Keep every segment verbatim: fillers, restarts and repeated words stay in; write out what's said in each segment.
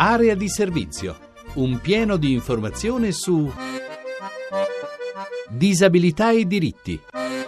Area di servizio, un pieno di informazione su disabilità e diritti.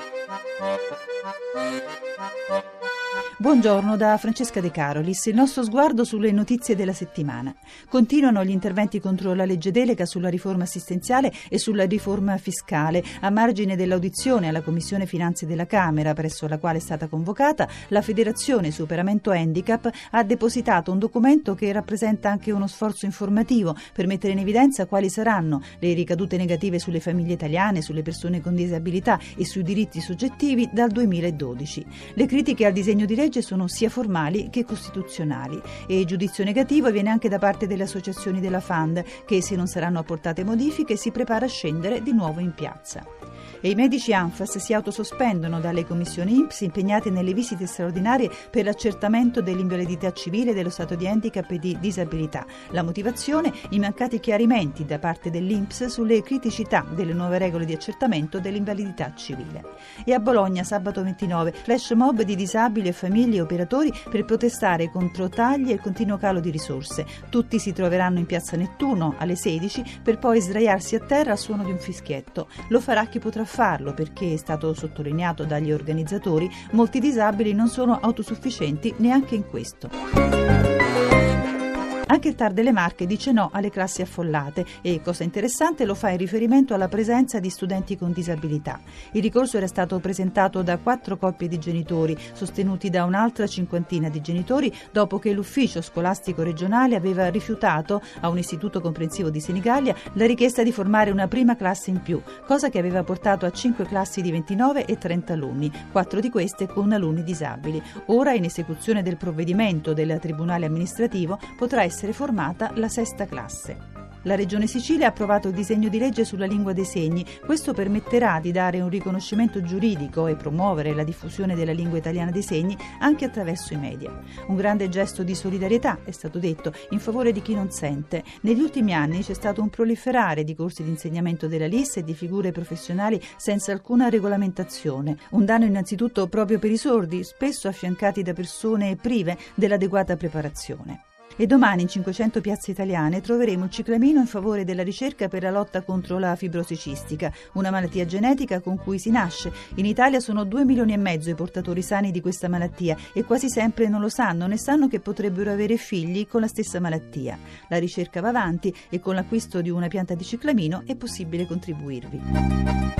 Buongiorno da Francesca De Carolis, il nostro sguardo sulle notizie della settimana. Continuano gli interventi contro la legge delega sulla riforma assistenziale e sulla riforma fiscale. A margine dell'audizione alla Commissione Finanze della Camera, presso la quale è stata convocata, la Federazione Superamento Handicap ha depositato un documento che rappresenta anche uno sforzo informativo per mettere in evidenza quali saranno le ricadute negative sulle famiglie italiane, sulle persone con disabilità e sui diritti soggettivi dal duemiladodici. Le critiche al disegno di legge sono sia formali che costituzionali e giudizio negativo viene anche da parte delle associazioni della F A N D che, se non saranno apportate modifiche, si prepara a scendere di nuovo in piazza. E i medici ANFAS si autosospendono dalle commissioni I N P S impegnate nelle visite straordinarie per l'accertamento dell'invalidità civile, dello stato di handicap e di disabilità. La motivazione? I mancati chiarimenti da parte dell'I N P S sulle criticità delle nuove regole di accertamento dell'invalidità civile. E a Bologna, sabato ventinove, flash mob di disabili e famiglie e operatori per protestare contro tagli e il continuo calo di risorse. Tutti si troveranno in piazza Nettuno alle sedici per poi sdraiarsi a terra al suono di un fischietto. Lo farà chi potrà farlo, perché è stato sottolineato dagli organizzatori, molti disabili non sono autosufficienti neanche in questo. Anche il T A R delle Marche dice no alle classi affollate e, cosa interessante, lo fa in riferimento alla presenza di studenti con disabilità. Il ricorso era stato presentato da quattro coppie di genitori, sostenuti da un'altra cinquantina di genitori, dopo che l'ufficio scolastico regionale aveva rifiutato a un istituto comprensivo di Senigallia la richiesta di formare una prima classe in più, cosa che aveva portato a cinque classi di ventinove e trenta alunni, quattro di queste con alunni disabili. Ora, in esecuzione del provvedimento del Tribunale amministrativo, potrà essere essere formata la sesta classe. La Regione Sicilia ha approvato il disegno di legge sulla lingua dei segni. Questo permetterà di dare un riconoscimento giuridico e promuovere la diffusione della lingua italiana dei segni anche attraverso i media. Un grande gesto di solidarietà, è stato detto, in favore di chi non sente. Negli ultimi anni c'è stato un proliferare di corsi di insegnamento della L I S e di figure professionali senza alcuna regolamentazione. Un danno innanzitutto proprio per i sordi, spesso affiancati da persone prive dell'adeguata preparazione. E domani in cinquecento piazze italiane troveremo il ciclamino in favore della ricerca per la lotta contro la fibrosi cistica, una malattia genetica con cui si nasce. In Italia sono due milioni e mezzo i portatori sani di questa malattia e quasi sempre non lo sanno, né sanno che potrebbero avere figli con la stessa malattia. La ricerca va avanti e con l'acquisto di una pianta di ciclamino è possibile contribuirvi.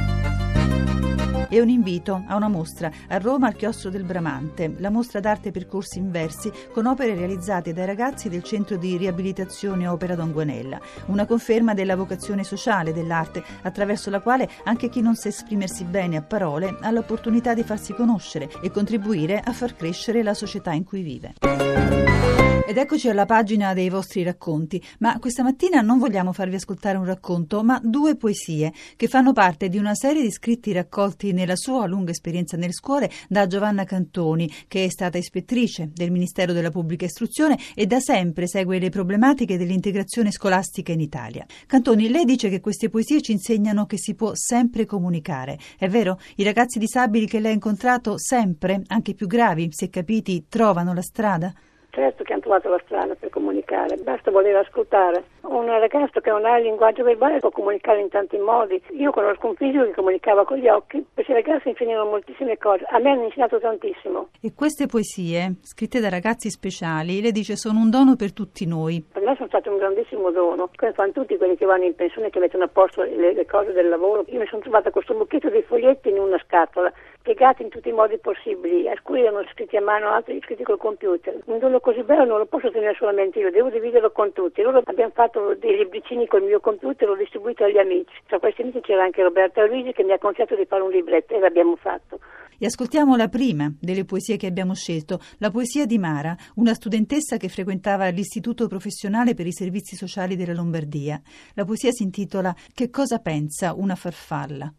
E un invito a una mostra a Roma al Chiostro del Bramante, la mostra d'arte Percorsi Inversi con opere realizzate dai ragazzi del Centro di Riabilitazione Opera Don Guanella, una conferma della vocazione sociale dell'arte attraverso la quale anche chi non sa esprimersi bene a parole ha l'opportunità di farsi conoscere e contribuire a far crescere la società in cui vive. Ed eccoci alla pagina dei vostri racconti, ma questa mattina non vogliamo farvi ascoltare un racconto, ma due poesie che fanno parte di una serie di scritti raccolti nella sua lunga esperienza nelle scuole da Giovanna Cantoni, che è stata ispettrice del Ministero della Pubblica Istruzione e da sempre segue le problematiche dell'integrazione scolastica in Italia. Cantoni, lei dice che queste poesie ci insegnano che si può sempre comunicare. È vero? I ragazzi disabili che lei ha incontrato sempre, anche più gravi, se capiti, trovano la strada? Certo che hanno trovato la strada per comunicare, basta voler ascoltare. Un ragazzo che non ha il linguaggio verbale può comunicare in tanti modi. Io conosco un fisico che comunicava con gli occhi, questi ragazzi insegnano moltissime cose, a me hanno insegnato tantissimo. E queste poesie, scritte da ragazzi speciali, le dice sono un dono per tutti noi. Per me sono state un grandissimo dono, come fanno tutti quelli che vanno in pensione, che mettono a posto le, le cose del lavoro. Io mi sono trovata questo mucchietto di foglietti in una scatola, piegati in tutti i modi possibili, alcuni erano scritti a mano, altri scritti col computer. Un dono così bello non lo posso tenere solamente io, devo dividerlo con tutti. Allora abbiamo fatto dei libricini col mio computer, l'ho distribuito agli amici. Tra questi amici c'era anche Roberta Luigi che mi ha consigliato di fare un libretto e l'abbiamo fatto. E ascoltiamo la prima delle poesie che abbiamo scelto, la poesia di Mara, una studentessa che frequentava l'Istituto Professionale per i Servizi Sociali della Lombardia. La poesia si intitola Che cosa pensa una farfalla?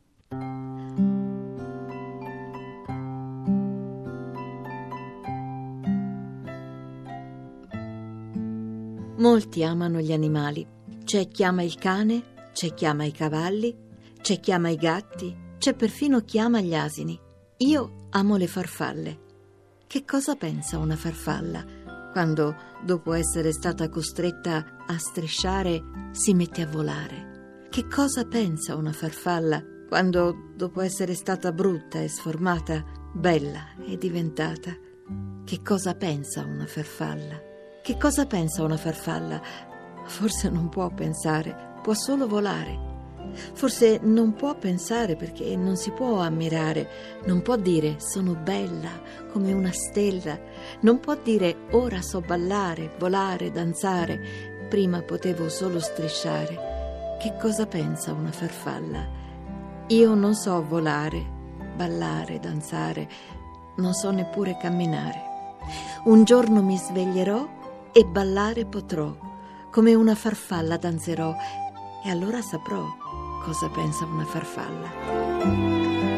Molti amano gli animali. C'è chi ama il cane, c'è chi ama i cavalli, c'è chi ama i gatti, c'è perfino chi ama gli asini. Io amo le farfalle. Che cosa pensa una farfalla? quando, dopo essere stata costretta a strisciare, si mette a volare? Che cosa pensa una farfalla quando, dopo essere stata brutta e sformata, bella è diventata? Che cosa pensa una farfalla? Che cosa pensa una farfalla? Forse non può pensare, può solo volare. Forse non può pensare perché non si può ammirare, non può dire sono bella come una stella, non può dire ora so ballare, volare, danzare, prima potevo solo strisciare. Che cosa pensa una farfalla? Io non so volare, ballare, danzare, non so neppure camminare. Un giorno mi sveglierò e ballare potrò, come una farfalla danzerò, e allora saprò cosa pensa una farfalla.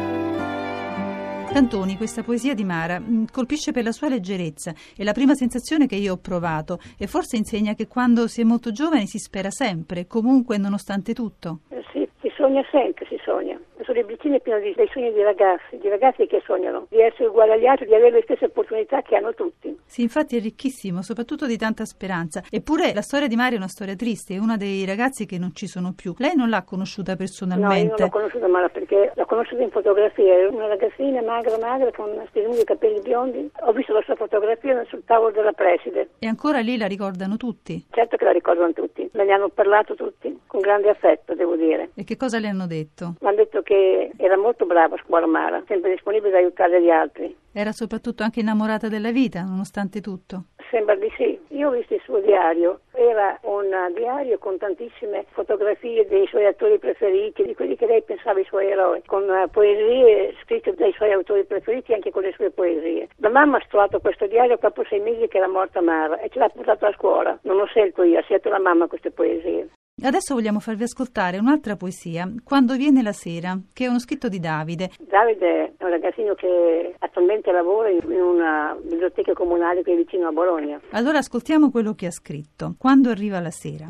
Cantoni, questa poesia di Mara colpisce per la sua leggerezza, è la prima sensazione che io ho provato e forse insegna che quando si è molto giovani si spera sempre, comunque nonostante tutto. Eh sì, si sogna sempre, si sogna. Questo libricino è pieno di, dei sogni di ragazzi, di ragazzi che sognano di essere uguali agli altri, di avere le stesse opportunità che hanno tutti. Sì, infatti è ricchissimo, soprattutto di tanta speranza. Eppure la storia di Mara è una storia triste, è una dei ragazzi che non ci sono più. Lei non l'ha conosciuta personalmente? No, io non l'ho conosciuta Mara perché l'ho conosciuta in fotografia, era una ragazzina magra magra con questi lunghi capelli biondi. Ho visto la sua fotografia sul tavolo della preside. E ancora lì la ricordano tutti? Certo che la ricordano tutti, me ne hanno parlato tutti, con grande affetto devo dire. E che cosa le hanno detto? Mi hanno detto che era molto brava a scuola Mara, sempre disponibile ad aiutare gli altri. Era soprattutto anche innamorata della vita, nonostante tutto? Sembra di sì. Io ho visto il suo diario, era un diario con tantissime fotografie dei suoi attori preferiti, di quelli che lei pensava i suoi eroi, con poesie scritte dai suoi autori preferiti e anche con le sue poesie. La mamma ha trovato questo diario proprio sei mesi che era morta Mara e ce l'ha portato a scuola. Non ho scelto io, ha scelto la mamma queste poesie. Adesso vogliamo farvi ascoltare un'altra poesia, Quando viene la sera, che è uno scritto di Davide. Davide è un ragazzino che attualmente lavora in una biblioteca comunale che è vicino a Bologna. Allora ascoltiamo quello che ha scritto, Quando arriva la sera.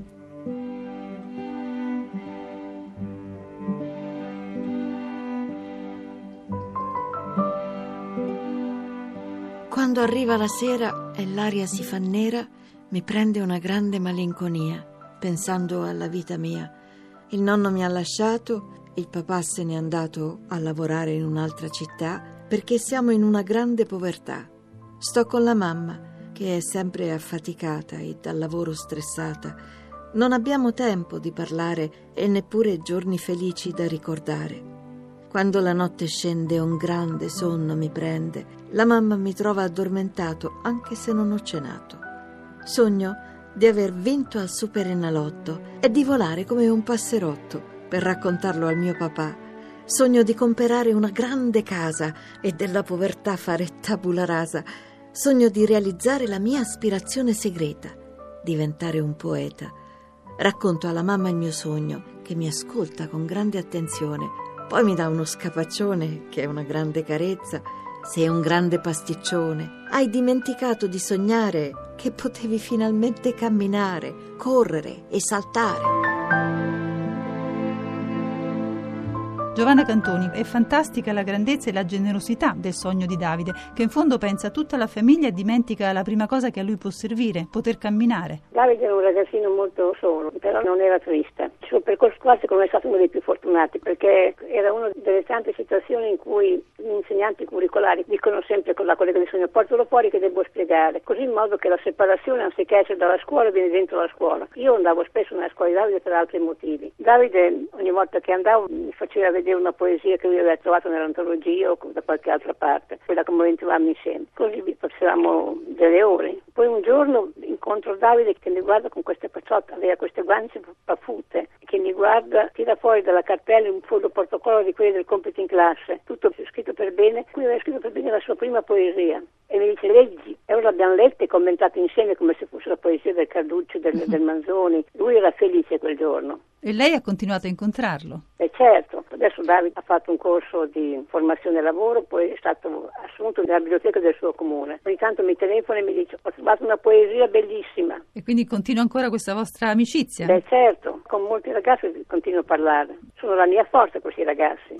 Quando arriva la sera e l'aria si fa nera, mi prende una grande malinconia. Pensando alla vita mia, il nonno mi ha lasciato, il papà se n'è andato a lavorare in un'altra città perché siamo in una grande povertà. Sto con la mamma che è sempre affaticata e dal lavoro stressata. Non abbiamo tempo di parlare e neppure giorni felici da ricordare. Quando la notte scende un grande sonno mi prende, la mamma mi trova addormentato anche se non ho cenato. Sogno di aver vinto al Superenalotto e di volare come un passerotto per raccontarlo al mio papà. Sogno di comprare una grande casa e della povertà fare tabula rasa. Sogno di realizzare la mia aspirazione segreta, diventare un poeta. Racconto alla mamma il mio sogno, che mi ascolta con grande attenzione. Poi mi dà uno scapaccione, che è una grande carezza. Sei un grande pasticcione. Hai dimenticato di sognare che potevi finalmente camminare, correre e saltare. Giovanna Cantoni, è fantastica la grandezza e la generosità del sogno di Davide, che in fondo pensa a tutta la famiglia e dimentica la prima cosa che a lui può servire, poter camminare. Davide era un ragazzino molto solo, però non era triste. Il suo percorso scolastico non è stato uno dei più fortunati, perché era una delle tante situazioni in cui gli insegnanti curricolari dicono sempre con la collega di sogno portalo fuori che devo spiegare, così in modo che la separazione anziché essere dalla scuola viene dentro la scuola. Io andavo spesso nella scuola di Davide per altri motivi. Davide ogni volta che andavo mi faceva vedere una poesia che lui aveva trovato nell'antologia o da qualche altra parte, quella che commentivamo insieme. Così passavamo delle ore. Poi un giorno incontro Davide che mi guarda con queste pazzotte, aveva queste guance paffute, che mi guarda, tira fuori dalla cartella un foglio protocollo di quelli del compito in classe, tutto scritto per bene. Qui aveva scritto per bene la sua prima poesia e mi dice leggi, e ora l'abbiamo letta e commentato insieme come se fosse la poesia del Carducci, del, del Manzoni. Lui era felice quel giorno. E lei ha continuato a incontrarlo? E certo, adesso Davide ha fatto un corso di formazione e lavoro, poi è stato assunto nella biblioteca del suo comune. Ogni tanto mi telefona e mi dice ho trovato una poesia bellissima. E quindi continua ancora questa vostra amicizia? Beh, certo, con molti ragazzi continuo a parlare. Sono la mia forza questi ragazzi.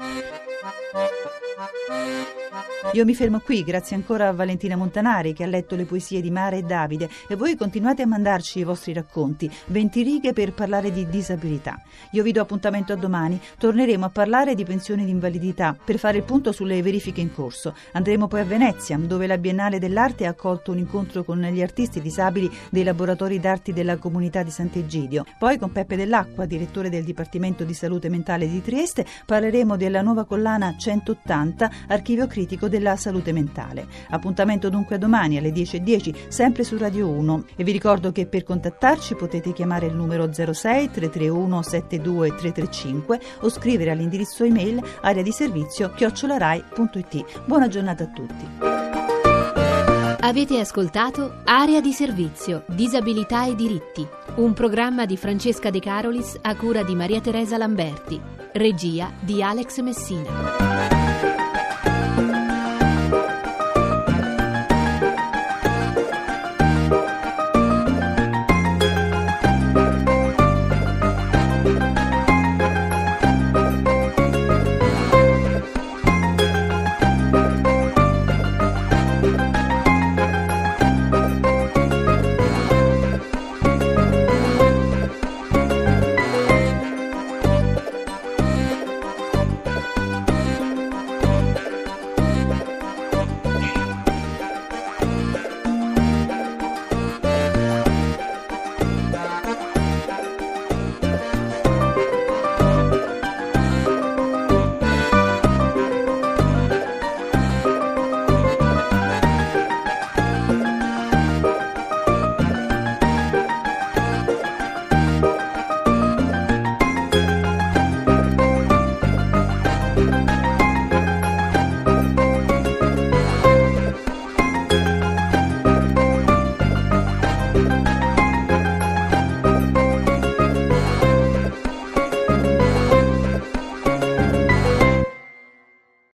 Io mi fermo qui, grazie ancora a Valentina Montanari che ha letto le poesie di Mara e Davide, e voi continuate a mandarci i vostri racconti, venti righe per parlare di disabilità. Io vi do appuntamento a domani, torneremo a parlare di pensione di invalidità per fare il punto sulle verifiche in corso. Andremo poi a Venezia, dove la Biennale dell'Arte ha accolto un incontro con gli artisti disabili dei laboratori d'arti della comunità di Sant'Egidio. Poi con Peppe Dell'Acqua, direttore del Dipartimento di Salute Mentale di Trieste, parleremo della nuova collana centottanta, archivio critico della salute mentale. Appuntamento dunque a domani alle dieci e dieci, sempre su Radio uno. E vi ricordo che per contattarci potete chiamare il numero zero sei tre tre uno sette due tre tre cinque o scrivere all'indirizzo email area di servizio chiocciolarai punto it. Buona giornata a tutti. Avete ascoltato Area di Servizio, Disabilità e Diritti, un programma di Francesca De Carolis a cura di Maria Teresa Lamberti, regia di Alex Messina.